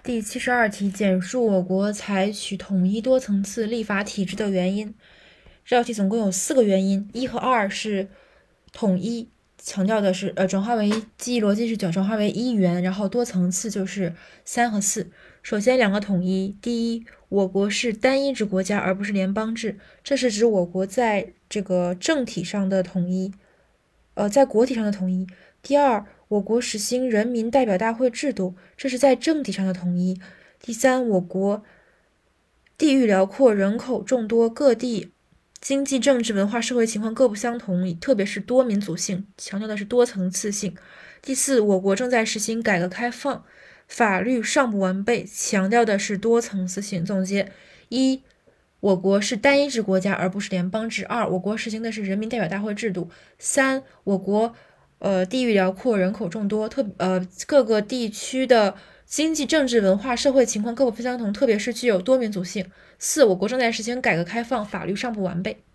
第72题，简述我国采取统一多层次立法体制的原因。这道题总共有4个原因，1和2是统一，强调的是转化为记忆逻辑是转化为一元，然后多层次就是3和4。首先2个统一，第一，我国是单一制国家而不是联邦制，这是指我国在这个政体上的统一，在国体上的统一。第二，我国实行人民代表大会制度，这是在政体上的统一。第三，我国地域辽阔，人口众多，各地经济、政治、文化、社会情况各不相同，特别是多民族性，强调的是多层次性。第四，我国正在实行改革开放，法律尚不完备，强调的是多层次性。总结：一，我国是单一制国家而不是联邦制；二，我国实行的是人民代表大会制度；三，我国地域辽阔，人口众多，各个地区的经济、政治、文化、社会情况各不相同，特别是具有多民族性。4. 我国正在实行改革开放，法律尚不完备。